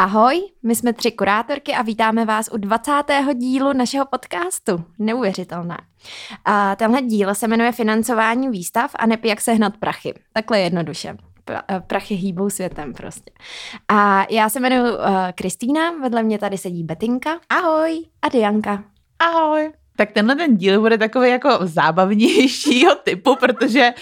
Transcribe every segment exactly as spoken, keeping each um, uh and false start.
Ahoj, my jsme tři kurátorky a vítáme vás u dvacátého dílu našeho podcastu. Neuvěřitelné. A tenhle díl se jmenuje Financování výstav a neb jak sehnat prachy. Takhle jednoduše. Prachy hýbou světem prostě. A já se jmenuji uh, Kristýna, vedle mě tady sedí Betinka. Ahoj. A Dianka. Ahoj. Tak tenhle ten díl bude takový jako zábavnějšího typu, protože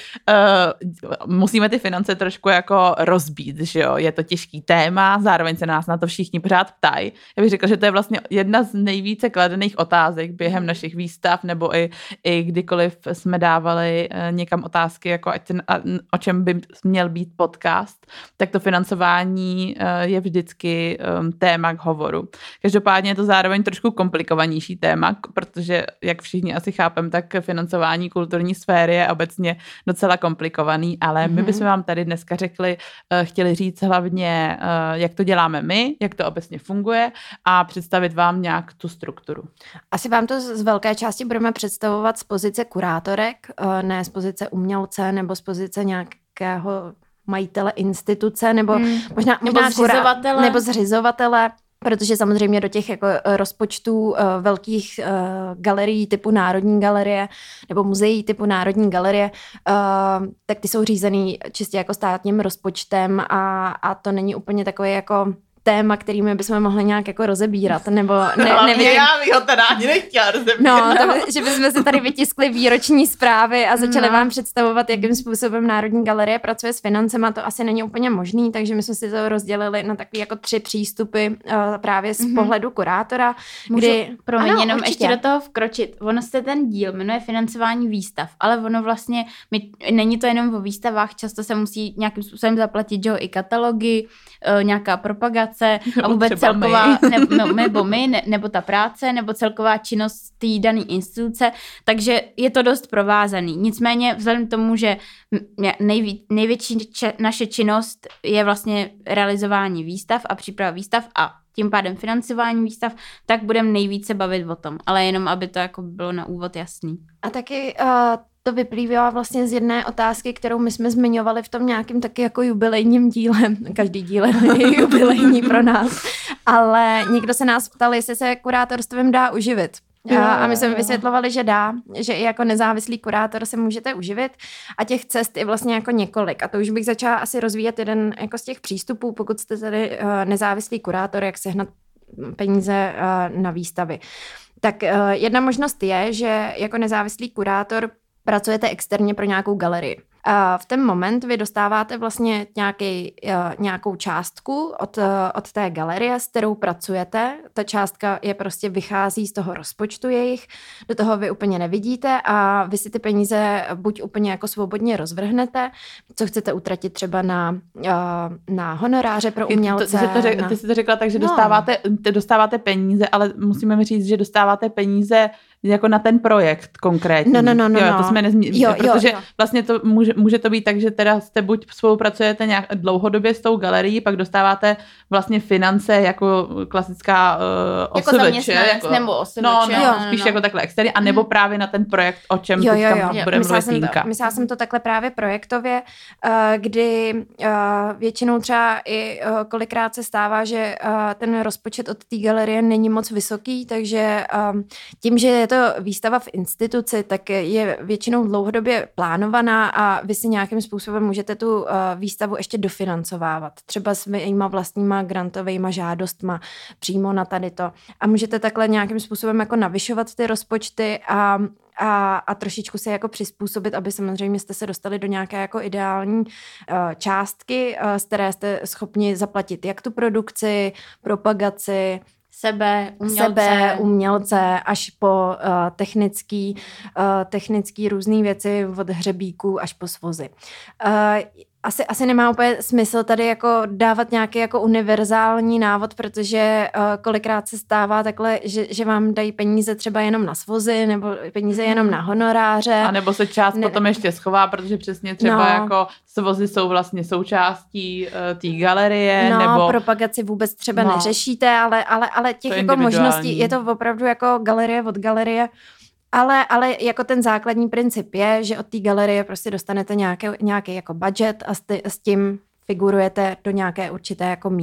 uh, musíme ty finance trošku jako rozbít, že jo, je to těžký téma, zároveň se nás na to všichni pořád ptají. Já bych řekla, že to je vlastně jedna z nejvíce kladených otázek během našich výstav, nebo i, i kdykoliv jsme dávali uh, někam otázky, jako ať ten, a, o čem by měl být podcast, tak to financování uh, je vždycky um, téma k hovoru. Každopádně je to zároveň trošku komplikovanější téma, protože jak všichni asi chápem, tak financování kulturní sféry je obecně docela komplikovaný, ale my bychom vám tady dneska řekli, chtěli říct hlavně, jak to děláme my, jak to obecně funguje a představit vám nějak tu strukturu. Asi vám to z velké části budeme představovat z pozice kurátorek, ne z pozice umělce nebo z pozice nějakého majitele instituce nebo hmm. možná, nebo možná zřizovatele. Kurá, nebo zřizovatele. Protože samozřejmě do těch jako rozpočtů uh, velkých uh, galerií typu Národní galerie nebo muzeí typu Národní galerie, uh, tak ty jsou řízený čistě jako státním rozpočtem a, a to není úplně takový jako téma, kterými bychom mohli nějak jako rozebírat, nebo ne, nevidím. Já bych ho teda ani nechtěla rozebírat. No, to, že bychom si tady vytiskli výroční zprávy a začali no. vám představovat, jakým způsobem Národní galerie pracuje s financema, to asi není úplně možný, takže my jsme si to rozdělili na takový jako tři přístupy uh, právě z mm-hmm. pohledu kurátora, Můžu, kdy... promiň, ano, jenom určitě. ještě do toho vkročit. Ono se ten díl jmenuje Financování výstav, ale ono vlastně, my, není to jenom o výstavách, často se musí nějakým způsobem zaplatit, že jo, i katalogy, uh, nějaká propagace, a vůbec Třeba celková, my. ne, no, nebo my, ne, nebo ta práce, nebo celková činnost té dané instituce, takže je to dost provázaný. Nicméně vzhledem k tomu, že nejví, největší če, naše činnost je vlastně realizování výstav a příprava výstav a tím pádem financování výstav, tak budeme nejvíce bavit o tom, ale jenom, aby to jako bylo na úvod jasný. A taky uh, to vyplývá vlastně z jedné otázky, kterou my jsme zmiňovali v tom nějakým taky jako jubilejním dílem. Každý díl je jubilejní pro nás. Ale někdo se nás ptal, jestli se kurátorstvem dá uživit. A, a my jsme vysvětlovali, že dá, že i jako nezávislý kurátor se můžete uživit a těch cest je vlastně jako několik. A to už bych začala asi rozvíjet jeden jako z těch přístupů, pokud jste tady uh, nezávislý kurátor, jak sehnat peníze uh, na výstavy. Tak uh, jedna možnost je, že jako nezávislý kurátor pracujete externě pro nějakou galerii. A v ten moment vy dostáváte vlastně nějaký, nějakou částku od, od té galerie, s kterou pracujete. Ta částka je prostě vychází z toho rozpočtu jejich, do toho vy úplně nevidíte a vy si ty peníze buď úplně jako svobodně rozvrhnete, co chcete utratit třeba na, na honoráře pro umělce. Ty, ty, to řek, na... ty jsi to řekla tak, že no. dostáváte, dostáváte peníze, ale musíme mi říct, že dostáváte peníze jako na ten projekt konkrétní. No, no, no, no. Jo, to jsme nezmínili, protože jo, jo. vlastně to může, může to být tak, že teda jste buď spolupracujete nějak dlouhodobě s tou galerií, pak dostáváte vlastně finance jako klasická uh, jako osobeč. Jako nebo osobeč. No, no, jo, spíš no, no. jako takhle externí, a nebo právě na ten projekt, o čem jo, jo, jo. budeme mluvit Týnka. Myslela jsem to takhle právě projektově, kdy většinou třeba i kolikrát se stává, že ten rozpočet od té galerie není moc vysoký, takže tím, že je to výstava v instituci, tak je většinou dlouhodobě plánovaná a vy si nějakým způsobem můžete tu výstavu ještě dofinancovávat. Třeba svýma vlastníma grantovejma žádostma přímo na tady to. A můžete takhle nějakým způsobem jako navyšovat ty rozpočty a A, a trošičku se jako přizpůsobit, aby samozřejmě jste se dostali do nějaké jako ideální uh, částky, uh, z které jste schopni zaplatit jak tu produkci, propagaci, sebe, umělce, sebe, umělce až po uh, technický, uh, technický různý věci od hřebíků až po svozy. Uh, Asi, asi nemá úplně smysl tady jako dávat nějaký jako univerzální návod, protože uh, kolikrát se stává takhle, že, že vám dají peníze třeba jenom na svozy nebo peníze jenom na honoráře. A nebo se část ne... potom ještě schová, protože přesně třeba no. jako svozy jsou vlastně součástí uh, té galerie. No, nebo... propagaci vůbec třeba no. neřešíte, ale, ale, ale těch jako možností, je to opravdu jako galerie od galerie. Ale, ale jako ten základní princip je, že od té galerie prostě dostanete nějaký, nějaký jako budget a s, ty, s tím figurujete do nějaké určité jako míry.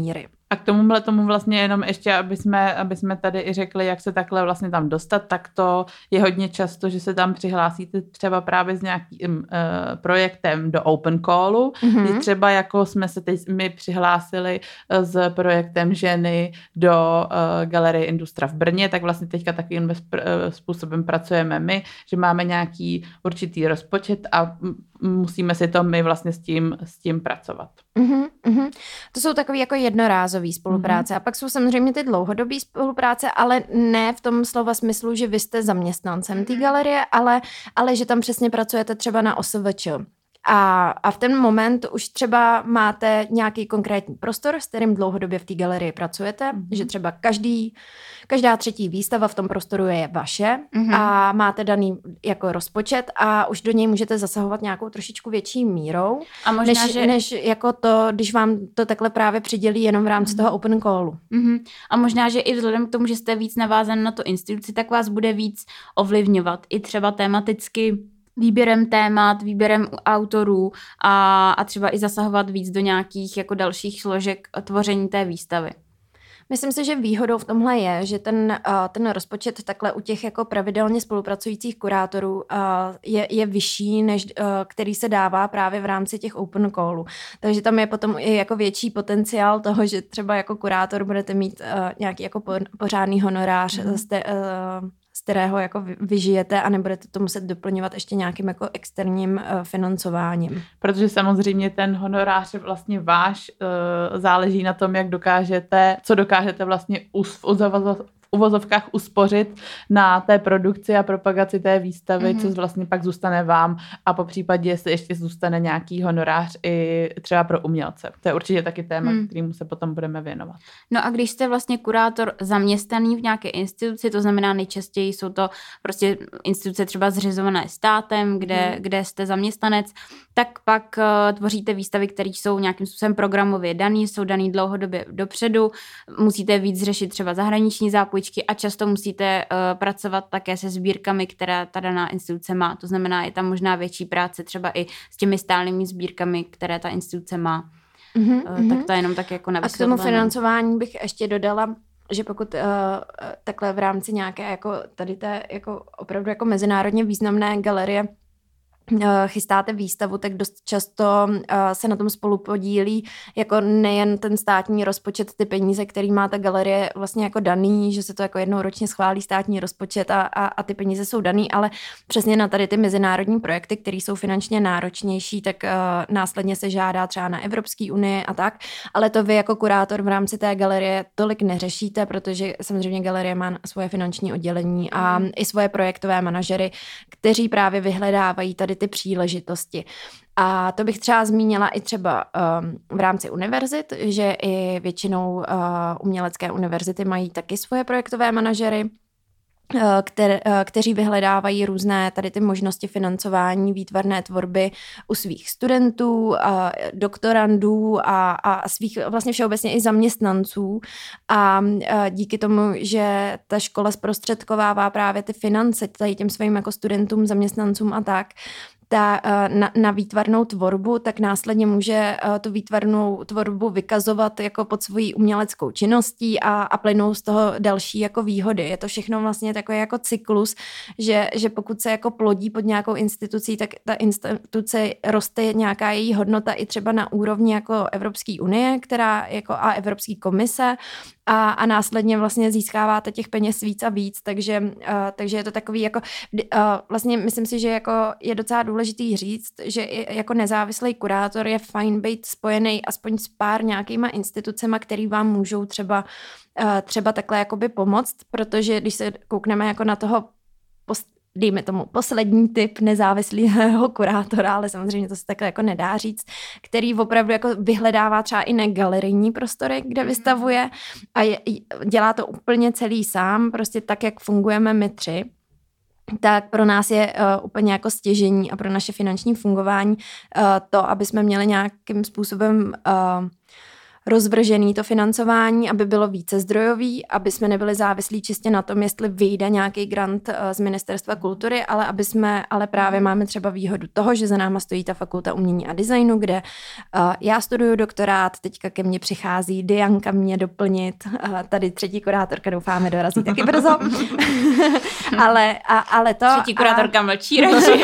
A k tomuhle tomu vlastně jenom ještě, aby jsme, aby jsme tady i řekli, jak se takhle vlastně tam dostat, tak to je hodně často, že se tam přihlásíte třeba právě s nějakým uh, projektem do Open Callu, mm-hmm. kdy třeba jako jsme se teď my přihlásili uh, s projektem ženy do uh, Galerie Industra v Brně, tak vlastně teďka takovým uh, způsobem pracujeme my, že máme nějaký určitý rozpočet a musíme si to my vlastně s tím, s tím pracovat. Mm-hmm, mm-hmm. To jsou takový jako jednorázový spolupráce mm-hmm. a pak jsou samozřejmě ty dlouhodobý spolupráce, ale ne v tom slova smyslu, že vy jste zaměstnancem té galerie, ale, ale že tam přesně pracujete třeba na O S V Č. A, a v ten moment už třeba máte nějaký konkrétní prostor, s kterým dlouhodobě v té galerii pracujete, mm-hmm. že třeba každý, každá třetí výstava v tom prostoru je vaše mm-hmm. a máte daný jako rozpočet a už do něj můžete zasahovat nějakou trošičku větší mírou, a možná, než, že... než jako to, když vám to takhle právě přidělí jenom v rámci mm-hmm. toho open callu. Mm-hmm. A možná, že i vzhledem k tomu, že jste víc navázan na tu instituci, tak vás bude víc ovlivňovat i třeba tematicky výběrem témat, výběrem autorů a, a třeba i zasahovat víc do nějakých jako dalších složek tvoření té výstavy. Myslím si, že výhodou v tomhle je, že ten, ten rozpočet takhle u těch jako pravidelně spolupracujících kurátorů je, je vyšší, než který se dává právě v rámci těch open callů. Takže tam je potom i jako větší potenciál toho, že třeba jako kurátor budete mít nějaký jako pořádný honorář mm. z té, z kterého jako vyžijete a nebudete to muset doplňovat ještě nějakým jako externím uh, financováním. Protože samozřejmě ten honorář je vlastně váš, uh, záleží na tom, jak dokážete, co dokážete vlastně us, uzavazovat v uvozovkách uspořit na té produkci a propagaci té výstavy, mm-hmm. co vlastně pak zůstane vám a po případě, jestli ještě zůstane nějaký honorář i třeba pro umělce. To je určitě taky téma, mm. kterému se potom budeme věnovat. No a když jste vlastně kurátor zaměstnaný v nějaké instituci, to znamená nejčastěji jsou to prostě instituce třeba zřizované státem, kde, mm. kde jste zaměstnanec, tak pak uh, tvoříte výstavy, které jsou nějakým způsobem programově daný, jsou daný dlouhodobě dopředu, musíte víc řešit třeba zahraniční zápůjčky a často musíte uh, pracovat také se sbírkami, které ta daná instituce má. To znamená, je tam možná větší práce třeba i s těmi stálými sbírkami, které ta instituce má. Mm-hmm, uh, tak to je jenom tak jako na vysvětlenou. A k tomu financování bych ještě dodala, že pokud uh, takhle v rámci nějaké jako tady té jako opravdu jako mezinárodně významné galerie chystáte výstavu, tak dost často uh, se na tom spolu podílí jako nejen ten státní rozpočet, ty peníze, který má ta galerie vlastně jako daný, že se to jako jednou ročně schválí státní rozpočet a, a, a ty peníze jsou daný, ale přesně na tady ty mezinárodní projekty, které jsou finančně náročnější, tak uh, následně se žádá třeba na Evropské unii a tak, ale to vy jako kurátor v rámci té galerie tolik neřešíte, protože samozřejmě galerie má svoje finanční oddělení a mm. i svoje projektové manažery, kteří právě vyhledávají tady ty příležitosti. A to bych třeba zmínila i třeba um, v rámci univerzit, že i většinou uh, umělecké univerzity mají taky svoje projektové manažery, Kter, kteří vyhledávají různé tady ty možnosti financování výtvarné tvorby u svých studentů, doktorandů a, a svých vlastně všeobecně i zaměstnanců. A díky tomu, že ta škola zprostředkovává právě ty finance tady těm svým jako studentům, zaměstnancům a tak, ta, na, na výtvarnou tvorbu, tak následně může tu výtvarnou tvorbu vykazovat jako pod svojí uměleckou činností a, a plynou z toho další jako výhody. Je to všechno vlastně takový jako cyklus, že, že pokud se jako plodí pod nějakou institucí, tak ta instituce roste nějaká její hodnota i třeba na úrovni jako Evropské unie, která jako a Evropské komise a, a následně vlastně získáváte těch peněz víc a víc, takže, uh, takže je to takový jako uh, vlastně myslím si, že jako je docela důležitý říct, že i jako nezávislý kurátor je fajn být spojený aspoň s pár nějakýma institucema, který vám můžou třeba, uh, třeba takhle jakoby pomoct, protože když se koukneme jako na toho post- dejme tomu poslední typ nezávislého kurátora, ale samozřejmě to se takhle jako nedá říct, který opravdu jako vyhledává třeba i negalerijní prostory, kde vystavuje a je, dělá to úplně celý sám, prostě tak, jak fungujeme my tři, tak pro nás je uh, úplně jako stěžení a pro naše finanční fungování uh, to, aby jsme měli nějakým způsobem uh, rozvržený to financování, aby bylo více zdrojový, aby jsme nebyli závislí čistě na tom, jestli vyjde nějaký grant z Ministerstva kultury, ale aby jsme, ale právě máme třeba výhodu toho, že za náma stojí ta fakulta umění a designu, kde uh, já studuju doktorát, teďka ke mně přichází Dianka mě doplnit, uh, tady třetí kurátorka doufáme dorazí taky brzo, ale, a, ale to... Třetí kurátorka a, mlčí radši.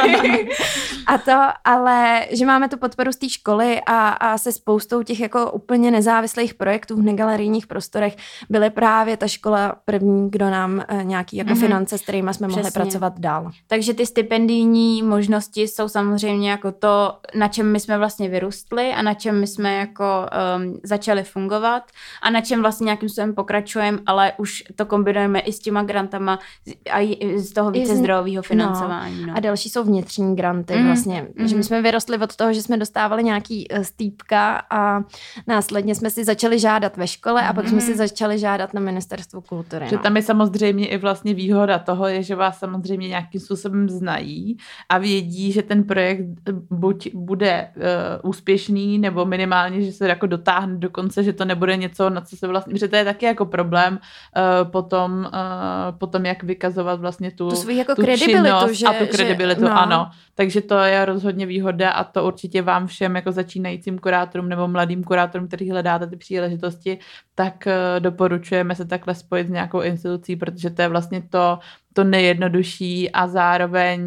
A to, ale že máme tu podporu z té školy a, a se spoustou těch jako úplně nezávislých projektů v negalerijních prostorech byly právě ta škola první, kdo nám uh, nějaký jako mm-hmm. finance, s kterými jsme Přesně. mohli pracovat dál. Takže ty stipendijní možnosti jsou samozřejmě jako to, na čem my jsme vlastně vyrůstli a na čem my jsme jako um, začali fungovat a na čem vlastně nějakým způsobem pokračujeme, ale už to kombinujeme i s těma grantama a i z toho více zdrojového financování. No. No. A další jsou vnitřní granty mm. vlastně, mm. že my jsme vyrostli od toho, že jsme dostávali nějaký stýpka a následně jsme si začali žádat ve škole a pak mm. jsme si začali žádat na Ministerstvu kultury. Že no. tam je samozřejmě i vlastně výhoda toho, je, že vás samozřejmě nějakým způsobem znají a vědí, že ten projekt buď bude uh, úspěšný, nebo minimálně, že se jako dotáhne do konce, že to nebude něco, na co se vlastně, protože to je taky jako problém uh, potom, uh, potom, jak vykazovat vlastně tu, tu svou jako tu kredibilitu, že, a tu kredibilitu, že, no. ano. Takže to je rozhodně výhoda a to určitě vám všem jako začínajícím kurátorům nebo mladým kurátorům, kteří hledáte ty příležitosti, tak uh, doporučujeme se takhle spojit s nějakou institucí, protože to je vlastně to, to nejjednodušší a zároveň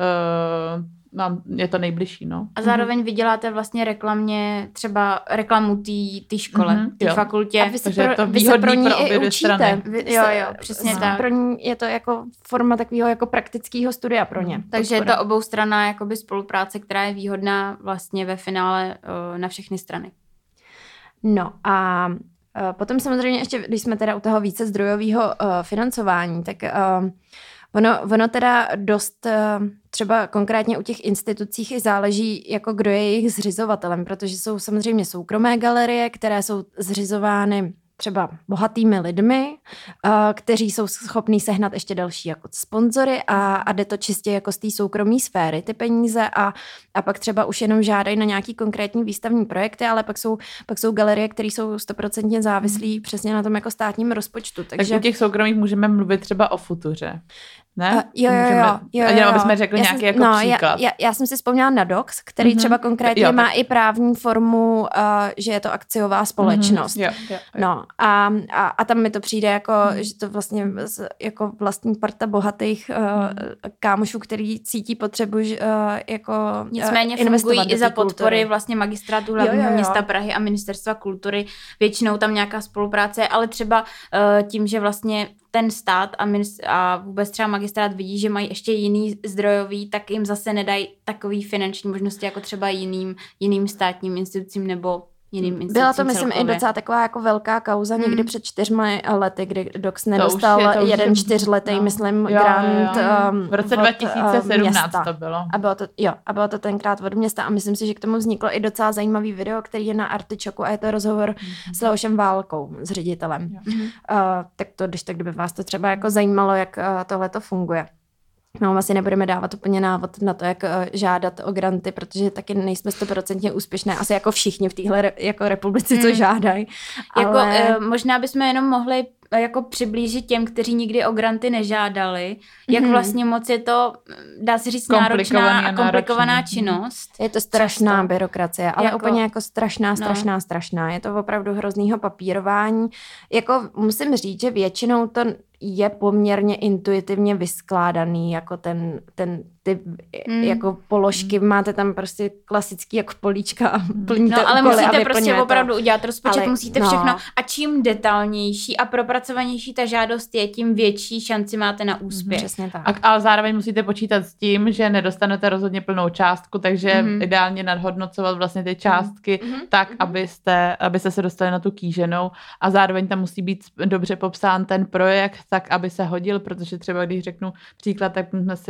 uh, mám, je to nejbližší, no. A zároveň vy děláte vlastně reklamně, třeba reklamu té škole, mm-hmm, té fakultě. A vy se pro, to vy se pro ní pro i učíte. Vy, jo, jo, přesně tak. Pro ní je to jako forma takového jako praktického studia pro ně. Takže je to oboustranná jakoby spolupráce, která je výhodná vlastně ve finále uh, na všechny strany. No a uh, potom samozřejmě ještě, když jsme teda u toho více zdrojového uh, financování, tak uh, Ono, ono teda dost třeba konkrétně u těch institucích i záleží, jako kdo je jejich zřizovatelem, protože jsou samozřejmě soukromé galerie, které jsou zřizovány třeba bohatými lidmi, kteří jsou schopní sehnat ještě další jako sponzory a, a jde to čistě jako z té soukromé sféry, ty peníze a, a pak třeba už jenom žádají na nějaký konkrétní výstavní projekty, ale pak jsou, pak jsou galerie, které jsou stoprocentně závislí hmm. přesně na tom jako státním rozpočtu. Takže... Tak u těch soukromých můžeme mluvit třeba o Futuře. Ne? Uh, jo, jo, jo, jo, jo. Jenom bychom řekli já nějaký jsem, jako no, příklad. Já, já, já jsem si vzpomněla na Dox, který mm-hmm. třeba konkrétně jo, má tak. i právní formu, uh, že je to akciová společnost. Mm-hmm. Jo, jo, jo. No a, a, a tam mi to přijde jako, mm. že to vlastně jako vlastní parta bohatých uh, mm. kámošů, který cítí potřebu uh, jako Nicméně uh, investovat fungují i za podpory kultury. Vlastně magistrátu hlavního města Prahy a Ministerstva kultury. Většinou tam nějaká spolupráce, ale třeba uh, tím, že vlastně ten stát a, minist- a vůbec třeba magistrát vidí, že mají ještě jiný zdrojový, tak jim zase nedají takový finanční možnosti jako třeba jiným, jiným státním institucím nebo jiným institucím. Byla to, myslím, celkově. i docela taková jako velká kauza hmm. někdy před čtyřmi lety, kdy Dox nedostal je, jeden čtyřletý, no. myslím, jo, grant. Jo, jo. Um, v roce dva tisíce sedmnáct od, to bylo. A bylo to, jo, a bylo to tenkrát od města a myslím si, že k tomu vzniklo i docela zajímavý video, který je na Artičoku a je to rozhovor mm-hmm. s Leošem Válkou, s ředitelem. Mm-hmm. Uh, tak to, když tak, kdyby vás to třeba jako zajímalo, jak uh, tohle to funguje. No, asi nebudeme dávat úplně návod na to, jak žádat o granty, protože taky nejsme stoprocentně úspěšné, asi jako všichni v téhle re, jako republice, co žádají. Jako, ale... možná bychom jenom mohli jako přiblížit těm, kteří nikdy o granty nežádali, jak mm-hmm. vlastně moc je to, dá se říct, náročná a komplikovaná náročný. činnost. Je to strašná Často. byrokracie, ale jako, úplně jako strašná, strašná, no. strašná. Je to opravdu hroznýho papírování. Jako musím říct, že většinou to je poměrně intuitivně vyskládaný, jako ten, ten ty mm. jako položky, mm. máte tam prostě klasický jako políčka a plníte No, ale úkoly musíte prostě to. opravdu udělat rozpočet, ale, musíte no. všechno a čím detailnější a propracovanější ta žádost je, tím větší šanci máte na úspěch. Mm, přesně tak. A, ale zároveň musíte počítat s tím, že nedostanete rozhodně plnou částku, takže mm. ideálně nadhodnocovat vlastně ty částky mm. tak, mm. abyste, abyste se dostali na tu kýženou a zároveň tam musí být dobře popsán ten projekt, tak, aby se hodil, protože třeba když řeknu příklad, tak jsme si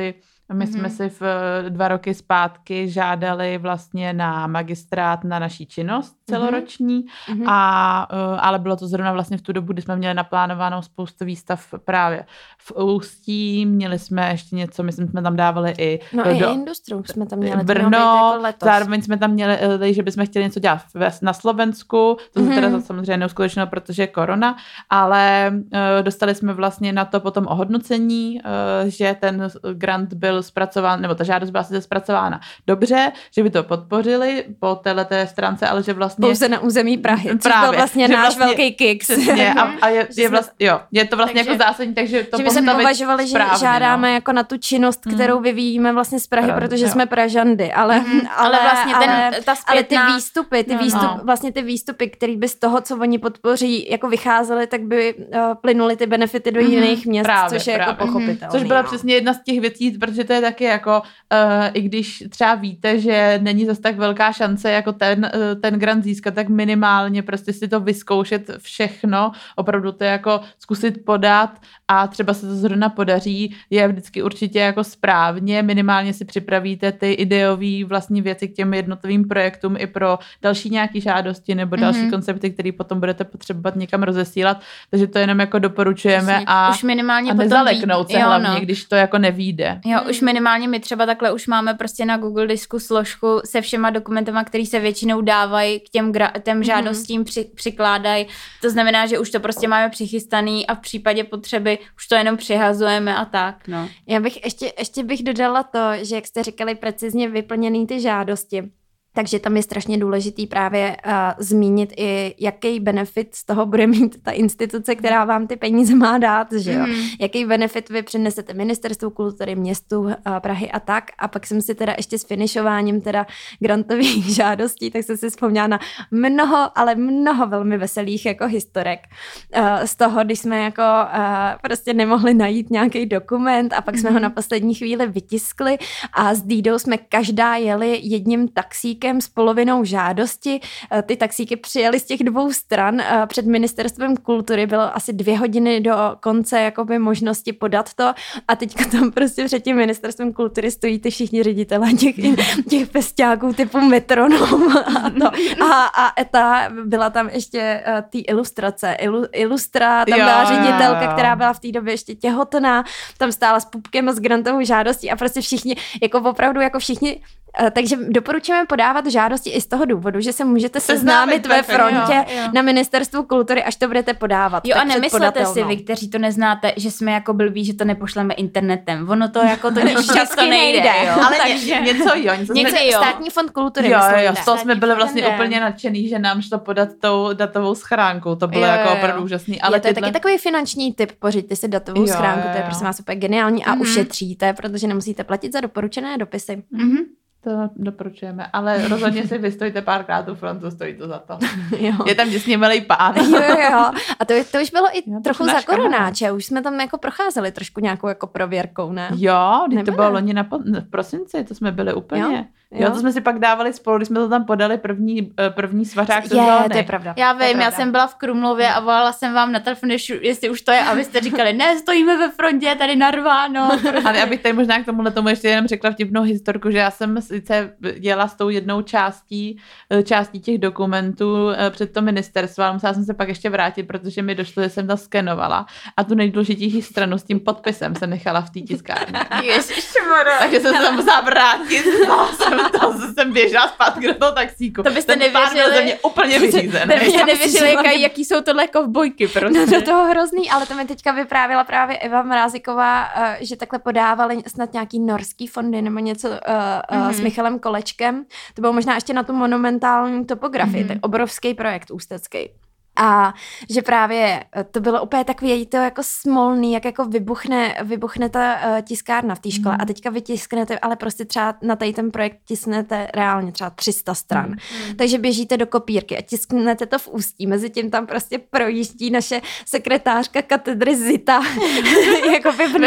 My mm-hmm. jsme si v dva roky zpátky žádali vlastně na magistrát na naší činnost celoroční, mm-hmm. a, ale bylo to zrovna vlastně v tu dobu, kdy jsme měli naplánovanou spoustu výstav právě v Ústí, měli jsme ještě něco, myslím, jsme tam dávali i no do, i Industru jsme tam měli, Brno, jako letos. Zároveň jsme tam měli, že bychom chtěli něco dělat na Slovensku, to se mm-hmm. teda samozřejmě neuskutečnilo, protože je korona, ale uh, dostali jsme vlastně na to potom ohodnocení, uh, že ten grant byl zpracován, nebo ta žádost byla sice zpracována dobře, že by to podpořili po téhleté stránce, ale že vlastně... Pouze na území Prahy, což právě, byl vlastně náš vlastně, velký kick. Přesně, a, a je, je, vlastně, jo, je to vlastně takže, jako zásadní, takže to že by se považovali, že správně, žádáme no. jako na tu činnost, kterou hmm. vyvíjíme vlastně z Prahy, Pravda, protože jo. jsme Pražandy, ale, mm, ale, ale vlastně ten, ale, ta zpětná... ale ty výstupy, ty no, výstup, no. vlastně ty výstupy, které by z toho, co oni podpoří, jako vycházely, tak by uh, plynuly ty benefity do mm, jiných měst, právě, což je právě. jako pochopitelné. Což byla no. přesně jedna z těch věcí, protože to je taky jako, uh, i když třeba víte, že není zase tak velká šance jako ten, uh, ten grant získat, tak minimálně prostě si to vyzkoušet všechno, opravdu to jako zkusit podat a třeba se to zrovna podaří, je vždycky určitě jako správně, minimálně si připravíte ty ideové vlastní věci k těm jednotlivým projektům i pro další nějaké žádosti nebo další mm-hmm. koncepty, které potom budete potřebovat někam rozesílat, takže to jenom jako doporučujeme a, už minimálně a potom nezaleknout ví... se jo, hlavně, no. když to jako nevyjde. Jo, už minimálně my třeba takhle už máme prostě na Google Disku složku se všema dokumentama, který se většinou dávají k těm, gra- těm žádostím, mm-hmm. při- přikládají. To znamená, že už to prostě máme přichystaný a v případě potřeby už to jenom přihazujeme a tak, no. Já bych ještě, ještě bych dodala to, že jak jste říkali, precizně vyplněný ty žádosti. Takže tam je strašně důležitý právě uh, zmínit i, jaký benefit z toho bude mít ta instituce, která vám ty peníze má dát, že jo. Mm. Jaký benefit vy přinesete ministerstvu kultury, městu uh, Prahy a tak. A pak jsem si teda ještě s finišováním teda grantových žádostí, tak jsem si vzpomněla na mnoho, ale mnoho velmi veselých jako historek. Uh, z toho, když jsme jako uh, prostě nemohli najít nějaký dokument a pak jsme mm. ho na poslední chvíli vytiskli a s Dídou jsme každá jeli jedním taxíkem s polovinou žádosti. Ty taxíky přijeli z těch dvou stran. Před ministerstvem kultury bylo asi dvě hodiny do konce jakoby možnosti podat to a teďka tam prostě před tím ministerstvem kultury stojí ty všichni ředitelé těch, těch festiáků typu Metronom a to. A, a eta byla tam ještě ty ilustrace. Ilu, ilustra, tam byla ředitelka, která byla v té době ještě těhotná, tam stála s pupkem a s grantovou žádostí a prostě všichni, jako opravdu jako všichni. Takže doporučujeme podávat žádosti i z toho důvodu, že se můžete seznámit ve frontě jo, jo. na ministerstvu kultury, až to budete podávat. Jo, a nemyslete si vy, kteří to neznáte, že jsme jako blbí, že to nepošleme internetem. Ono to jako to často nejde. Jo. Ale takže... něco jo. Něco, něco jsme... jo. Státní fond kultury. Jo, myslím, jo, z toho jsme byli vlastně den. úplně nadšený, že nám šlo podat tou datovou schránkou. To bylo jo, jako jo. opravdu úžasný. Ale je to je tyhle... taky takový finanční tip, pořiďte si datovou jo, schránku, jo, to je jo. prosím vás úplně geniální a mm-hmm. ušetříte, protože nemusíte platit za doporučené dopisy. Mm-hmm. To doporučujeme, ale rozhodně si vystojte párkrát tu frontu, stojí to za to. Jo. Je tam děsně milý pán. Jo, jo. A to, to už bylo i jo, trochu za koronáče, už jsme tam jako procházeli trošku nějakou jako prověrkou, ne? Jo, když to Nebylo? bylo loni na po, v prosinci, to jsme byli úplně. Jo? Jo? jo, to jsme si pak dávali spolu, když jsme to tam podali první, první svařák sezóny. Je, to je pravda. Já vím, já jsem byla v Krumlově a volala jsem vám na telefon, jestli už to je, a vy jste říkali, ne, stojíme ve frontě, tady narváno. Ale já bych tady možná k tomuhle tomu ještě jenom řekla vtipnou historku, že já jsem sice jela s tou jednou částí, částí těch dokumentů před to ministerstvo, ale musela jsem se pak ještě vrátit, protože mi došlo, že jsem to skenovala a tu nejdůležitější stranu s tím podpisem jsem nechala v té tiskárně. Ježišmarja. Takže jsem se tam musela vrátit, jsem to, jsem běžela zpátky do toho taxíku. To byste Ten pán byl ze mě úplně vyřízený. To byste nevěřili, jaký, jaký jsou tohle kovbojky prostě. No do toho hrozný, ale to mi teďka vyprávěla právě Eva Mráziková, že takhle podávali snad nějaký norský fondy nebo něco mm-hmm. s Michalem Kolečkem. To bylo možná ještě na tu monumentální topografii, mm-hmm. tak obrovský projekt ústecký. A že právě to bylo úplně takový to jako smolný, jak jako vybuchne, vybuchne ta uh, tiskárna v té škole mm. a teďka vytisknete, ale prostě třeba na tady ten projekt tisknete reálně třeba tři sta stran. Mm. Takže běžíte do kopírky a tisknete to v Ústí. Mezitím tam prostě projíždí naše sekretářka katedry Zita jakoby v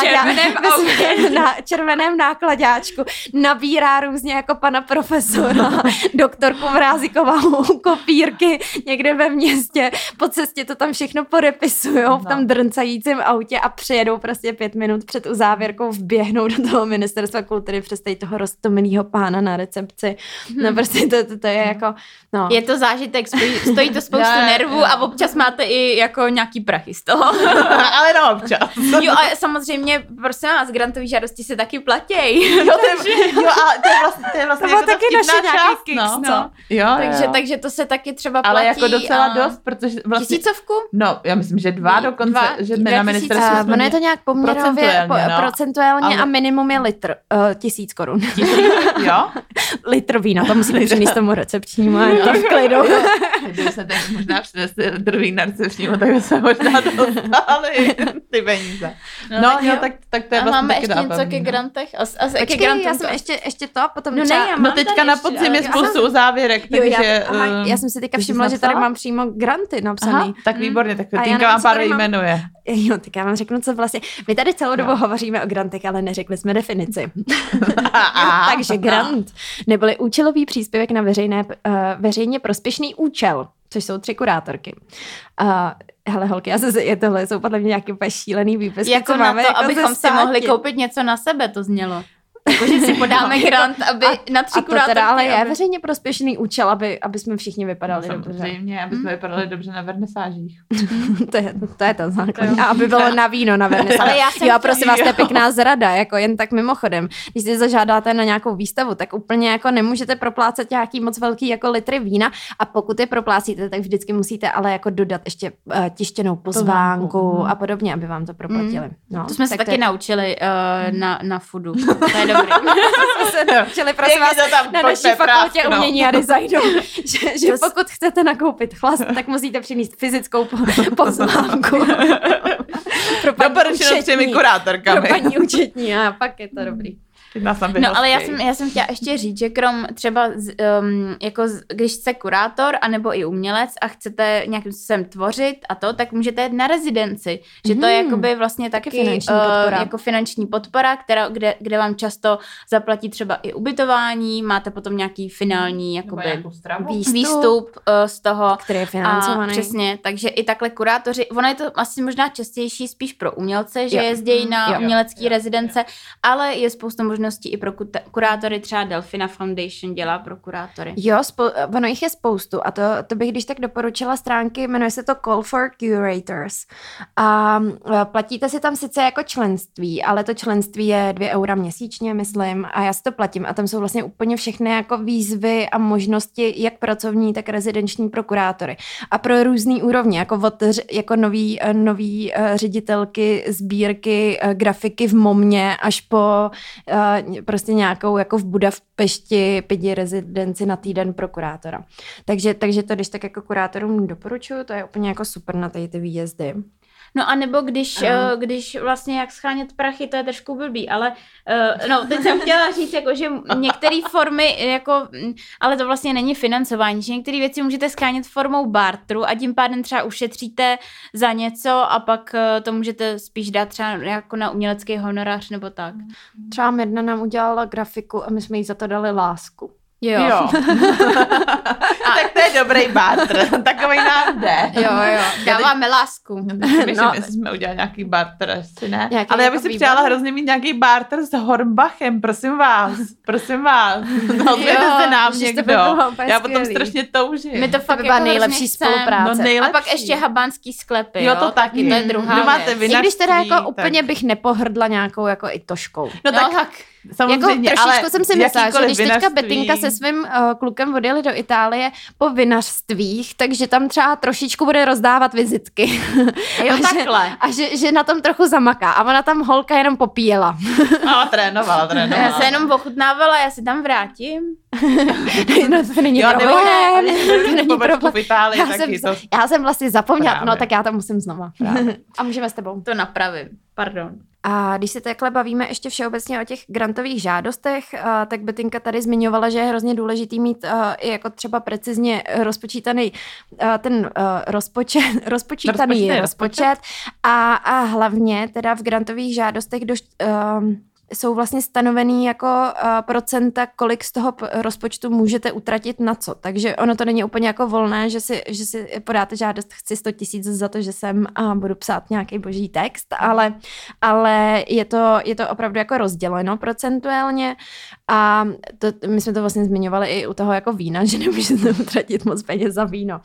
nákladě, na červeném nákladáčku nabírá různě jako pana profesora, doktorku Mrázikovou kopírky někde ve městě cestě, po cestě to tam všechno podepisujou v No. tom drncajícím autě a přijedou prostě pět minut před uzávěrkou, vběhnou do toho ministerstva kultury přes tady toho roztomilýho pána na recepci. No prostě to, to, to je jako, no. Je to zážitek, stojí, stojí to spoustu Ne, nervů jo. a občas máte i jako nějaký prachy z toho. Ale no občas. Jo a samozřejmě, prosím vás, grantové žádosti se taky platějí. Jo, to je, jo, ale to je vlastně, to je vlastně To bylo jako taky ta vtipná naše nějaký část, kicks, no. co? Jo, takže, jo. takže to se taky třeba platí. Ale jako docela a... dost, protože vlastně... Tisícovku? No, já myslím, že dva Dva, dokonce, dva, že dva na tisíce. ministerstvu Uh, jsme ono je to nějak poměrově procentuálně, procentuálně, no. procentuálně Ale- a minimum je litr, uh, tisíc korun. Jo? Litr vína, to musíte přinést tomu recepčnímu a to v klidu. Kdyby se teď možná přinesli druhý narcevšnímu, tak by se možná dostali ty peníze. No, no, tak jo, jo. tak, tak to je A vlastně máme taky ještě něco zábavný, ke no. grantech? As, as, ke Počkej, grantům já to- jsem ještě, ještě to, potom No ne, třeba... já No mám teďka tady na ještě, podzim ale je já spoustu uzávěrek, Jo, takže... já, aha, eh, já jsem si teďka ty jsi všimla, že tady napsala? mám přímo granty napsaný. Aha, tak výborně, tak A já Tinka nevím, vám co pár tady mám. jmenuje. Jo, tak já vám řeknu, co vlastně... My tady celou dobu Jo. hovoříme o grantech, ale neřekli jsme definici. A- Takže grant, neboli účelový příspěvek na veřejné, uh, veřejně prospěšný účel, což jsou tři kurátorky. Uh, hele holky, já se, je tohle jsou podle mě nějaký úplně šílený výpisky, Jako co na máme to, jako abychom ze si mohli státě. koupit něco na sebe, to znělo. Jakože si podáme grant, aby na tři A to teda kurátorky, ale je aby... veřejně prospěšný účel, aby, aby jsme všichni vypadali dobře. Samozřejmě, aby jsme vypadali dobře na vernisážích. To je, to je to základní. A aby bylo na víno na vernisáži. Ale já jsem Jo, a chtěla- prosím vás, to je jo. pěkná zrada, jako jen tak mimochodem. Když si zažádáte na nějakou výstavu, tak úplně jako nemůžete proplácet nějaký moc velký jako litry vína a pokud je proplácíte, tak vždycky musíte ale jako dodat ještě uh, tištěnou pozvánku Pozvánku, a podobně, aby vám to proplatili. No, To jsme se tak taky to je- naučili uh, na, na foodu. To je dobrý. jsme se naučili, prosím vás, Pěkně to tam na naší pojďme fakultě prásknout. umění a designu, že, že To s- pokud chcete nakoupit chlast, tak musíte přinést fyzickou po- pozvánku. Pro paní Doporučeno třemi účetní. kurátorkami. Pro paní účetní a pak je to dobrý. Teď nás tam No ale já vyhostí. jsem, já jsem chtěla ještě říct, že krom třeba, z, um, jako z, když jste kurátor, anebo i umělec a chcete nějakým způsobem tvořit a to, tak můžete jít na rezidenci. Že to je Mhm. jakoby vlastně taky, Taky finanční uh, podpora. jako finanční podpora, která, kde, kde vám často zaplatí třeba i ubytování, máte potom nějaký finální Nebo jakoby nějakou stravu. Výstup. výstup uh, z toho. Který je A financovaný. přesně, takže i takhle kurátoři, ono je to asi možná častější spíš pro umělce, že Jo. jezdí na Jo. umělecké Jo. rezidence, ale je spousta možností i pro kuta- kurátory, třeba Delfina Foundation dělá pro kurátory. Jo, spou- ono jich je spoustu a to, to bych když tak doporučila stránky, jmenuje se to Call for Curators a e, platíte si tam sice jako členství, ale to členství je dvě eura měsíčně, myslím, a já si to platím a tam jsou vlastně úplně všechny jako výzvy a možnosti, jak pracovní, tak rezidenční pro kurátory a pro různý úrovně, jako od ř- jako nový, e, nový e, ředitelky, sbírky, e, grafiky v Momě až po e, prostě nějakou jako v Budapešti pidi rezidenci na týden pro kurátora. Takže, takže to, když tak jako kurátorům doporučuju, to je úplně jako super na tady ty výjezdy. No a nebo když, Aha. uh, když vlastně jak schránit prachy, to je trošku blbý, ale uh, no, teď jsem chtěla říct, jako, že některé formy, jako, mm, ale to vlastně není financování, že některé věci můžete schránit formou barteru a tím pádem třeba ušetříte za něco a pak uh, to můžete spíš dát třeba jako na umělecký honorář nebo tak. Třeba Mirna nám udělala grafiku a my jsme jí za to dali lásku. Jo. Jo. Tak to je dobrý barter. Takový nám jde. Jo, jo, dáváme lásku. Myslím, No. že jsme udělali nějaký barter, asi ne. Nějaký Ale já bych jako si přála výborný. hrozně mít nějaký barter s Hornbachem, prosím vás. Prosím vás. Ozvěte Jo, se nám ježiš, to někdo. by bylo úplně Já potom skvělý. strašně toužím. My to To fakt by byla jako nejlepší hrozně chcem. spolupráce. No A nejlepší. pak ještě habánský sklepy, Jo, jo, to taky. to je druhá Kdo máte věc. vy- I když teda Vinařství, jako úplně tak- bych nepohrdla nějakou jako i toškou. No tak, tak. samozřejmě, jako ale trošičku jsem si myslela, že jakýkoliv když teďka vinařství- Betinka se svým uh, klukem odjeli do Itálie po vinařstvích, takže tam třeba trošičku bude rozdávat vizitky. Jo, a že, takhle. a že, že na tom trochu zamaká. A ona tam holka jenom popíjela. No, trénovala, trénovala. Já se jenom ochutnávala, já se tam vrátím. no to není Jo, nebo problém. ne, To není pobočku problém. v Itálii Já taky jsem, to. já jsem vlastně zapomněla, Právě. no tak já to musím znova. A můžeme s tebou. To napravím, pardon. A když se takhle bavíme ještě všeobecně o těch grantových žádostech, uh, tak Betinka tady zmiňovala, že je hrozně důležitý mít uh, i jako třeba precizně rozpočítaný uh, ten uh, rozpočet, rozpočítaný Rozpočtej rozpočet a, a hlavně teda v grantových žádostech doš, uh, jsou vlastně stanovený jako uh, procenta, kolik z toho p- rozpočtu můžete utratit na co. Takže ono to není úplně jako volné, že si, že si podáte žádost, chci sto tisíc za to, že jsem a budu psát nějaký boží text, ale, ale je, to, je to opravdu jako rozděleno procentuálně a to, my jsme to vlastně zmiňovali i u toho jako vína, že nemůžete utratit moc peněz za víno.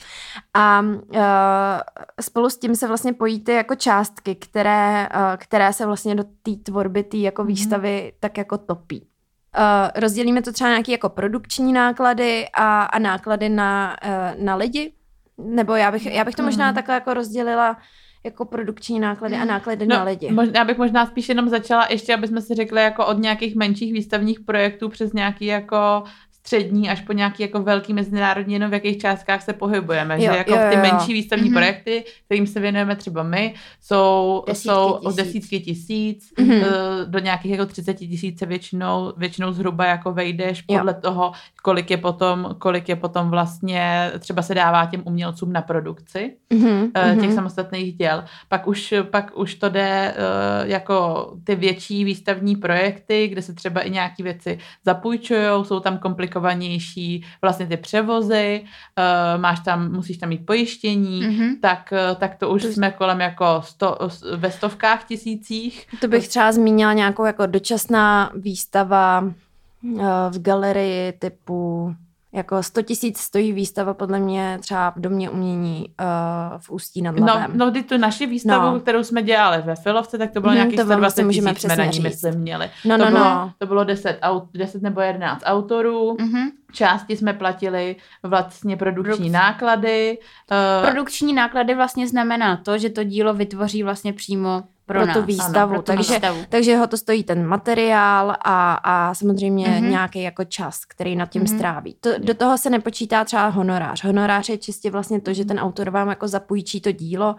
A uh, spolu s tím se vlastně pojí ty jako částky, které, uh, které se vlastně do té tvorby, té jako výstavy tak jako topí. Uh, rozdělíme to třeba nějaké jako produkční náklady a, a náklady na, uh, na lidi, nebo já bych, já bych to možná takhle jako rozdělila jako produkční náklady a náklady no, na lidi. Možná, já bych možná spíš jenom začala ještě, aby jsme si řekli jako od nějakých menších výstavních projektů přes nějaký jako střední až po nějaký jako velký mezinárodní, jenom v jakých částkách se pohybujeme. Jo, že jako jo, jo. Ty menší výstavní mm-hmm. projekty, kterým se věnujeme třeba my, jsou, jsou od desítky tisíc mm-hmm. do nějakých jako třicet tisíc se většinou, většinou zhruba jako vejdeš podle jo. toho, kolik je potom, kolik je potom vlastně třeba se dává těm umělcům na produkci mm-hmm. těch mm-hmm. samostatných děl. Pak už, pak už to jde jako ty větší výstavní projekty, kde se třeba i nějaký věci zapůjčujou, jsou tam komplikovanější vlastně ty převozy, uh, máš tam, musíš tam mít pojištění, mm-hmm. tak, tak to už to jsme kolem jako sto, ve stovkách tisících. To bych třeba zmínila nějakou jako dočasná výstava uh, v galerii typu jako sto tisíc stojí výstava podle mě třeba v Domě umění uh, v Ústí nad Labem. No, no ty tu naši výstavu, no. kterou jsme dělali ve Filovce, tak to bylo mm, nějakých sto dvacet tisíc jsme na ní myslím měli. No, to, no, bylo, no. to bylo deset, aut, deset nebo jedenáct autorů, mm-hmm. části jsme platili vlastně produkční Produk- náklady. Uh, produkční náklady vlastně znamená to, že to dílo vytvoří vlastně přímo pro, pro tu výstavu, ano, pro tu takže, výstavu. takže ho to stojí ten materiál a, a samozřejmě mm-hmm. nějaký jako čas, který nad tím mm-hmm. stráví. To, do toho se nepočítá třeba honorář. Honorář je čistě vlastně to, že ten autor vám jako zapůjčí to dílo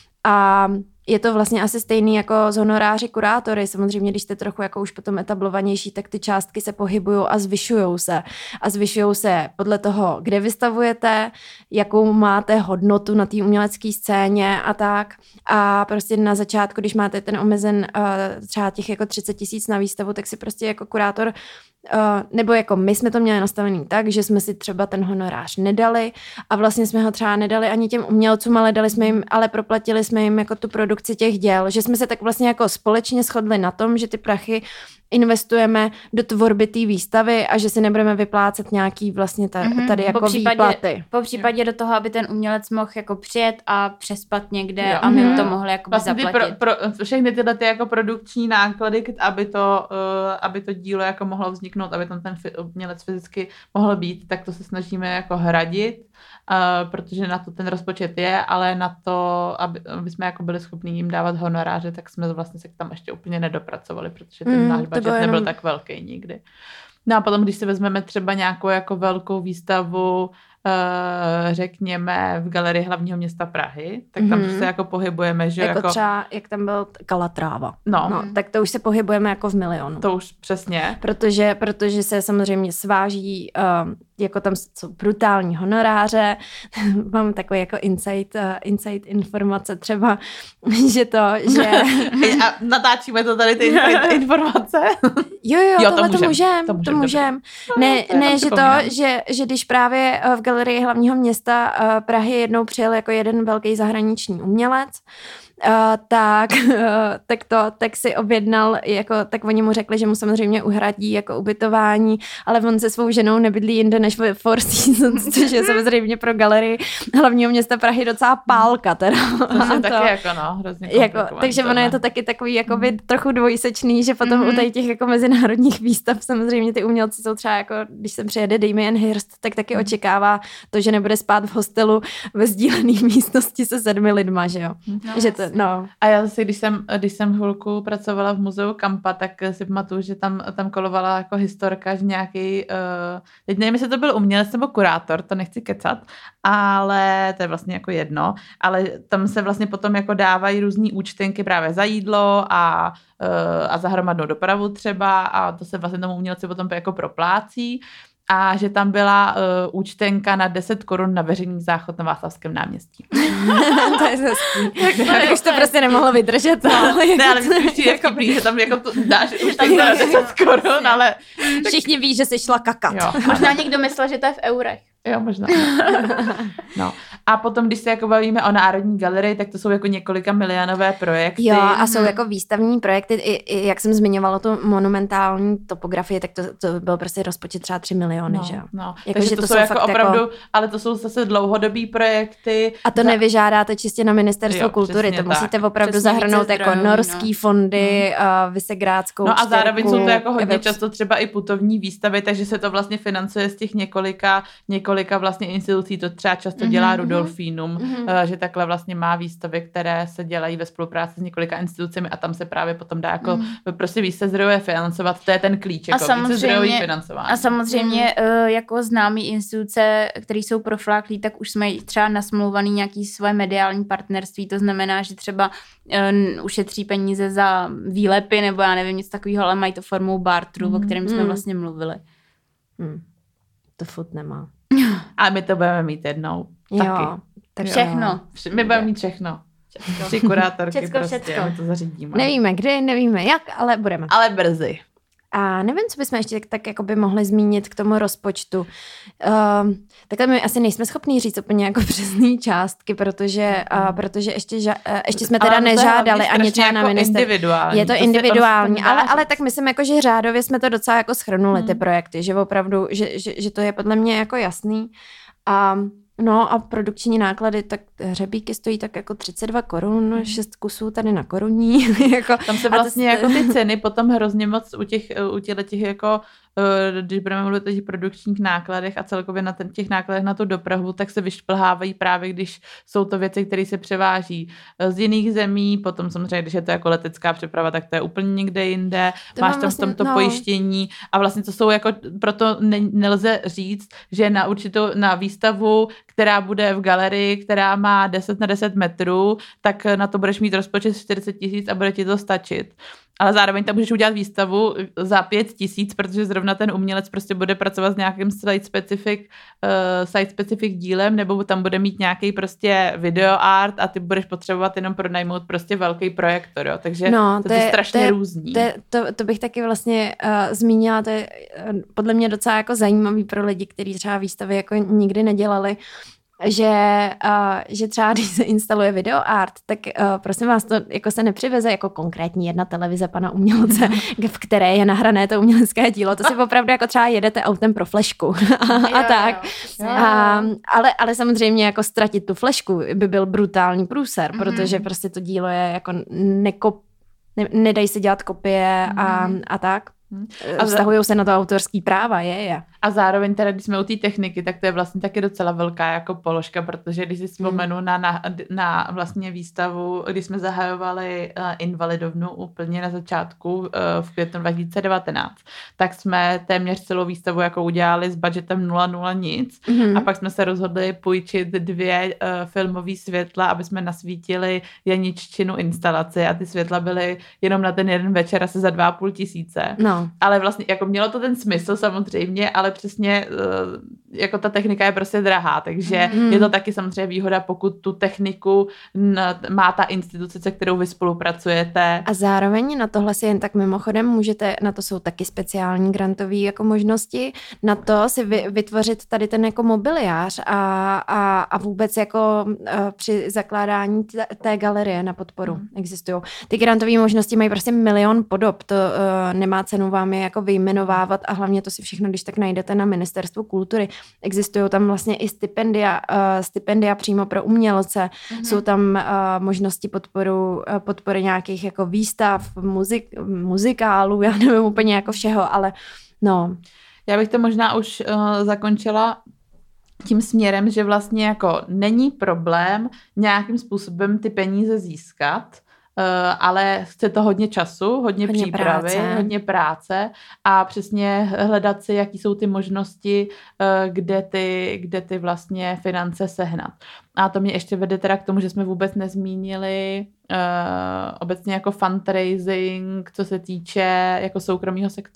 a je to vlastně asi stejný jako z honoráři kurátory. Samozřejmě, když jste trochu jako už potom etablovanější, tak ty částky se pohybují a zvyšujou se. A zvyšujou se podle toho, kde vystavujete, jakou máte hodnotu na té umělecké scéně a tak. A prostě na začátku, když máte ten omezen uh, třeba těch jako třicet tisíc na výstavu, tak si prostě jako kurátor Uh, nebo jako my jsme to měli nastavený tak, že jsme si třeba ten honorář nedali a vlastně jsme ho třeba nedali ani těm umělcům, ale dali jsme jim, ale proplatili jsme jim jako tu produkci těch děl, že jsme se tak vlastně jako společně shodli na tom, že ty prachy investujeme do tvorby té výstavy a že si nebudeme vyplácet nějaký vlastně ta, tady mm-hmm. jako po případě, výplaty. Po případě do toho, aby ten umělec mohl jako přijet a přespat někde jo. a my mm-hmm. to mohli jako vlastně zaplatit. Pro, pro, všechny tyhle ty jako produkční náklady, aby to, uh, aby to dílo jako mohlo vzniknout, aby tam ten umělec fyzicky mohl být, tak to se snažíme jako hradit, uh, protože na to ten rozpočet je, ale na to, aby, aby jsme jako byli schopni jim dávat honoráře, tak jsme vlastně se tam ještě úplně nedopracovali, protože ten mm, náš budget nebyl jenom... tak velký nikdy. No a potom, když si vezmeme třeba nějakou jako velkou výstavu, řekněme v Galerii hlavního města Prahy, tak tam mm-hmm. se jako pohybujeme, že jako, jako... třeba, jak tam byl Kalatráva. No. no. Tak to už se pohybujeme jako v milionu. To už přesně. Protože, protože se samozřejmě sváží, um, jako tam jsou brutální honoráře, mám takový jako insight, uh, insight informace třeba, že to, že... A natáčíme to tady ty insight informace? Jo, jo, jo tohle to můžem, to můžem. To můžem. Ne, no, ne že to, že, že když právě v Galerii hlavního města uh, Prahy jednou přijel jako jeden velký zahraniční umělec, Uh, tak, uh, tak to, tak si objednal, jako, tak oni mu řekli, že mu samozřejmě uhradí jako ubytování, ale on se svou ženou nebydlí jinde než ve Four Seasons, což je samozřejmě pro Galerii hlavního města Prahy docela pálka teda. To je taky jako no, hrozně jako, takže ono je to taky takový jakoby mm. trochu dvojsečný, že potom mm-hmm. u tady těch jako mezinárodních výstav samozřejmě ty umělci jsou třeba jako, když sem přijede Damien Hirst, tak taky mm. očekává to, že nebude spát v hostelu ve sdílené místnosti se sedmi lidma, že jo. No, že to, no. A já zase, když jsem, když jsem chvilku pracovala v muzeu Kampa, tak si pamatuju, že tam, tam kolovala jako historka, že nějaký, uh, teď nevím, jestli to byl umělec nebo kurátor, to nechci kecat, ale to je vlastně jako jedno, ale tam se vlastně potom jako dávají různý účtenky právě za jídlo a, uh, a za hromadnou dopravu třeba a to se vlastně tomu umělci potom jako proplácí. a že tam byla uh, účtenka na deset korun na veřejný záchod na Václavském náměstí. To je hezký. Tak už to prostě nemohlo vydržet. No, ale ne, ale myslím, že je vtipný, že tam jako to dáš účtenku na deset korun, ale... Všichni ví, že jsi šla kakat. Jo. Možná někdo myslel, že to je v eurech. Jo, možná. No. A potom, když se jako bavíme o Národní galerii, tak to jsou jako několika milionové projekty. Jo, a jsou jako výstavní projekty, i, i jak jsem zmiňovala tu monumentální topografii, tak to, to byl prostě rozpočet třeba tři miliony, no, že jo? No. Jako, takže že to, to jsou jsou jako fakt opravdu, jako... ale to jsou zase dlouhodobý projekty. A to za... nevyžádáte čistě na ministerstvo jo, kultury, to tak. musíte opravdu Přesně zahrnout jako zdrojů, norský no. fondy, hmm. uh, Visegrádskou No a zároveň jsou to jako hodně Evrop... často třeba i putovní výstavy, takže se to vlastně financuje z těch několika, několika vlastně institucí, to třeba často dělá mm-hmm. Rudolfinum, mm-hmm. že takhle vlastně má výstavy, které se dělají ve spolupráci s několika institucemi a tam se právě potom dá jako mm. prostě více zdrojů financovat, to je ten klíč, jako více zdrojů financování. A samozřejmě mm. jako známý instituce, které jsou profláklí, tak už jsme třeba nasmluvaný nějaký svoje mediální partnerství, to znamená, že třeba uh, ušetří peníze za výlepy nebo já nevím, nic takového, ale mají to formou bartru, mm. o kterém jsme mm. vlastně mluvili. Mm. To furt nemá. A my to budeme mít jednou. Taky. Jo, tak všechno. My budeme mít všechno. Tři kurátorky Všecko, prostě, všecko. my to zařídíme. Nevíme kdy, nevíme jak, ale budeme. Ale brzy. A nevím, co bychom ještě tak, tak jako by mohli zmínit k tomu rozpočtu. Uh, takhle my asi nejsme schopní říct úplně jako přesný částky, protože, uh, protože ještě, ža- uh, ještě jsme teda nežádali ani třeba na ministerstvu. Je to to individuální, ale, ale tak myslím, jako, že řádově jsme to docela jako shrnuli hmm. ty projekty, že opravdu, že, že, že to je podle mě jako jasný. A no a produkční náklady, tak hřebíky stojí tak jako třicet dva korun, šest kusů tady na koruní. jako, tam se vlastně to... jako ty ceny potom hrozně moc u těch, u těch jako, když budeme mluvit o těch produkčních nákladech a celkově na ten, těch nákladech na tu dopravu, tak se vyšplhávají právě, když jsou to věci, které se převáží z jiných zemí, potom samozřejmě, když je to jako letecká přeprava, tak to je úplně někde jinde, to máš tam vlastně, v tomto no. pojištění a vlastně to jsou jako, proto ne, nelze říct, že na určitou, na výstavu, která bude v galerii, která má deset na deset metrů, tak na to budeš mít rozpočet čtyřicet tisíc a bude ti to stačit. Ale zároveň tam můžeš udělat výstavu za pět tisíc, protože zrovna ten umělec prostě bude pracovat s nějakým site-specific, uh, site-specific dílem, nebo tam bude mít nějaký prostě video art a ty budeš potřebovat jenom pronajmout prostě velký projektor, jo. Takže no, to, to je je strašně to je, různý. To, je, to, to bych taky vlastně uh, zmínila, to je uh, podle mě docela jako zajímavý pro lidi, kteří třeba výstavy jako nikdy nedělali, že, uh, že třeba když se instaluje video art, tak uh, prosím vás, to jako se nepřiveze jako konkrétní jedna televize pana umělce, v které je nahrané to umělecké dílo. To si opravdu jako třeba jedete autem pro flešku a, a tak. Jo, jo. A, ale, ale samozřejmě jako ztratit tu flešku by byl brutální průser, mm-hmm. protože prostě to dílo je jako nekop, ne, nedají se dělat kopie a, mm-hmm. a tak. A vztahují se na to autorský práva, je, je. A zároveň teda, když jsme u té techniky, tak to je vlastně taky docela velká jako položka, protože když si vzpomenu hmm. na, na, na vlastně výstavu, kdy jsme zahajovali uh, Invalidovnu úplně na začátku uh, v květnu dva tisíce devatenáct, tak jsme téměř celou výstavu jako udělali s budgetem nula nula nic hmm. a pak jsme se rozhodli půjčit dvě uh, filmové světla, aby jsme nasvítili Janiččinu instalaci a ty světla byly jenom na ten jeden večer asi za dva a půl tisíce. No. Ale vlastně jako mělo to ten smysl samozřejmě, ale přesně jako ta technika je prostě drahá, takže mm. je to taky samozřejmě výhoda, pokud tu techniku má ta instituce, se kterou vy spolupracujete. A zároveň na tohle si jen tak mimochodem můžete, na to jsou taky speciální grantové jako možnosti, na to si vy, vytvořit tady ten jako mobiliář a, a, a vůbec jako při zakládání t- té galerie na podporu mm. existují. Ty grantové možnosti mají prostě milion podob, to uh, nemá cenu vám je jako vyjmenovávat a hlavně to si všechno, když tak najdete na Ministerstvu kultury. Existují tam vlastně i stipendia, uh, stipendia přímo pro umělce, mm-hmm. jsou tam uh, možnosti podporu, uh, podpory nějakých jako výstav, muzik, muzikálů, já nevím úplně jako všeho, ale no. Já bych to možná už uh, zakončila tím směrem, že vlastně jako není problém nějakým způsobem ty peníze získat, Uh, ale chce to hodně času, hodně, hodně přípravy, práce. hodně práce a přesně hledat si, jaký jsou ty možnosti, uh, kde, ty, kde ty vlastně finance sehnat. A to mě ještě vede teda k tomu, že jsme vůbec nezmínili uh, obecně jako fundraising, co se týče jako soukromého sektoru.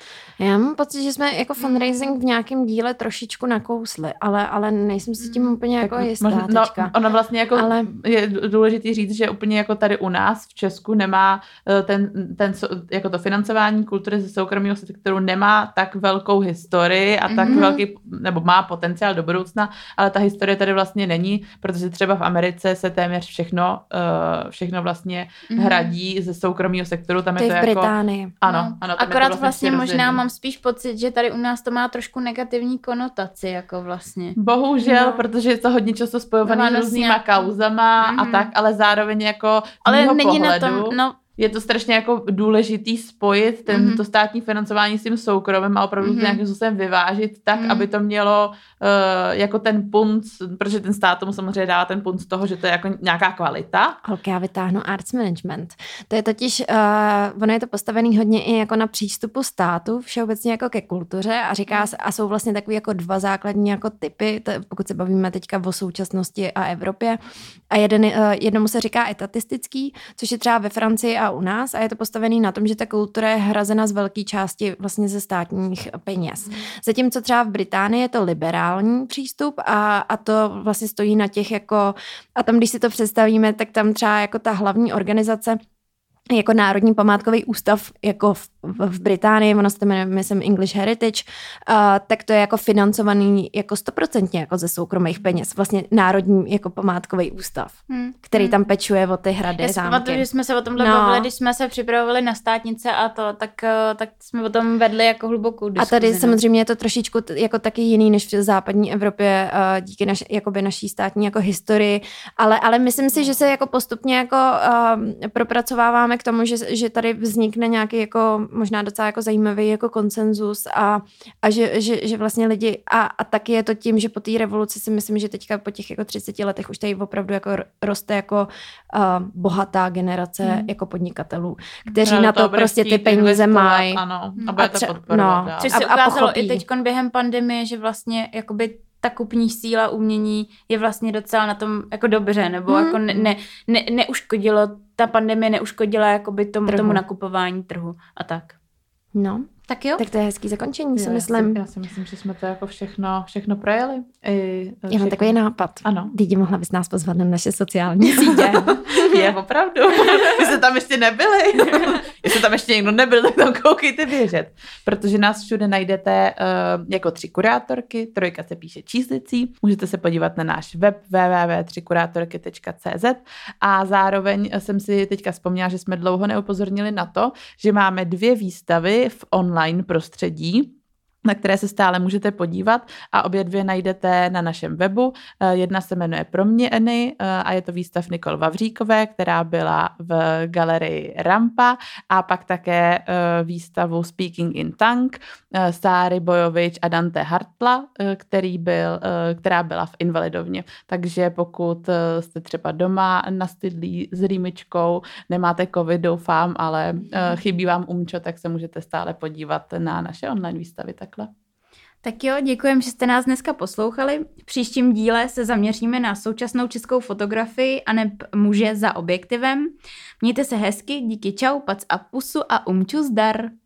Já mám pocit, že jsme jako fundraising v nějakém díle trošičku nakousli, ale, ale nejsem si tím úplně jako tak jistá možná, no, teďka. ono vlastně jako ale... je důležitý říct, že úplně jako tady u nás v Česku nemá ten, ten jako to financování kultury ze soukromého sektoru nemá tak velkou historii a tak mm-hmm. velký, nebo má potenciál do budoucna, ale ta historie tady vlastně není, protože třeba v Americe se téměř všechno, všechno vlastně mm-hmm. hradí ze soukromého sektoru. Tam to je to v jako... Británii. Ano, ano, tam akorát je to vlastně, vlastně možná mám spíš pocit, že tady u nás to má trošku negativní konotaci, jako vlastně. Bohužel, no. protože je to hodně často spojované s různýma kauzama mm-hmm. a tak, ale zároveň jako ale není pohledu, na tom, no, je to strašně jako důležitý spojit ten, mm-hmm. to státní financování s tím soukromým a opravdu mm-hmm. to nějakým způsobem vyvážit tak, mm-hmm. aby to mělo uh, jako ten punc, protože ten stát tomu samozřejmě dává ten punc toho, že to je jako nějaká kvalita. Ok, já vytáhnu arts management. To je totiž, uh, ono je to postavený hodně i jako na přístupu státu, všeobecně jako ke kultuře a říká se, a jsou vlastně takový jako dva základní jako typy, to, pokud se bavíme teďka o současnosti a Evropě. A jeden, uh, jednomu se říká etatistický, což je třeba ve Francii a u nás a je to postavený na tom, že ta kultura je hrazena z velké části vlastně ze státních peněz. Zatímco třeba v Británii je to liberální přístup a, a to vlastně stojí na těch jako, a tam když si to představíme, tak tam třeba jako ta hlavní organizace jako Národní památkový ústav jako v, v Británii, ono se to jmenuje, myslím, English Heritage, uh, tak to je jako financovaný jako stoprocentně jako ze soukromých peněz. Vlastně Národní jako památkový ústav, hmm. který tam pečuje o ty hrady, Já si zámky. pamatuju, že jsme se o tomhle no. bavili, když jsme se připravovali na státnice a to, tak, tak jsme o tom vedli jako hlubokou diskuzi. A tady ne? samozřejmě je to trošičku t- jako taky jiný než v západní Evropě uh, díky naš, jakoby naší státní jako historii, ale, ale myslím si, že se jako postupně jako uh, propracováváme k tomu, že, že tady vznikne nějaký jako možná docela jako zajímavý jako konsenzus a, a že, že, že vlastně lidi a, a taky je to tím, že po té revoluci si myslím, že teďka po těch jako třiceti letech už tady opravdu jako roste jako uh, bohatá generace hmm. jako podnikatelů, kteří no, na to, to prostě ty peníze mají. Ano, a bude to podporovat. No, což se a, ukázalo a i teďkon během pandemie, že vlastně jakoby ta kupní síla umění je vlastně docela na tom jako dobře, nebo hmm. jako ne, ne, ne, neuškodilo, ta pandemie neuškodila jakoby tomu, tomu nakupování trhu a tak. No. Tak jo. Tak to je hezký zakončení, jo, si myslím. Já si, já si myslím, že jsme to jako všechno, všechno projeli. I, já mám takový nápad. Ano. Didi, mohla bys nás pozvat na naše sociální sítě. Je, opravdu. Vy jste tam ještě nebyli. Jestli tam ještě někdo nebyl, tak tam koukejte běžet. Protože nás všude najdete uh, jako tři kurátorky. Trojka se píše číslicí. Můžete se podívat na náš web w w w tečka tři kurátorky tečka c z a zároveň jsem si teďka vzpomněla, že jsme dlouho neupozornili na to, že máme dvě výstavy v online prostředí, na které se stále můžete podívat a obě dvě najdete na našem webu. Jedna se jmenuje Proměny a je to výstav Nikol Vavříkové, která byla v galerii Rampa a pak také výstavu Speaking in Tongue Sáry Bojovič a Dante Hartla, který byl, která byla v Invalidovně. Takže pokud jste třeba doma nastydlí s rýmičkou, nemáte covid, doufám, ale chybí vám umčo, tak se můžete stále podívat na naše online výstavy takhle. Tak jo, děkujeme, že jste nás dneska poslouchali. V příštím díle se zaměříme na současnou českou fotografii a neb muže za objektivem. Mějte se hezky, díky čau, pac a pusu a umču zdar.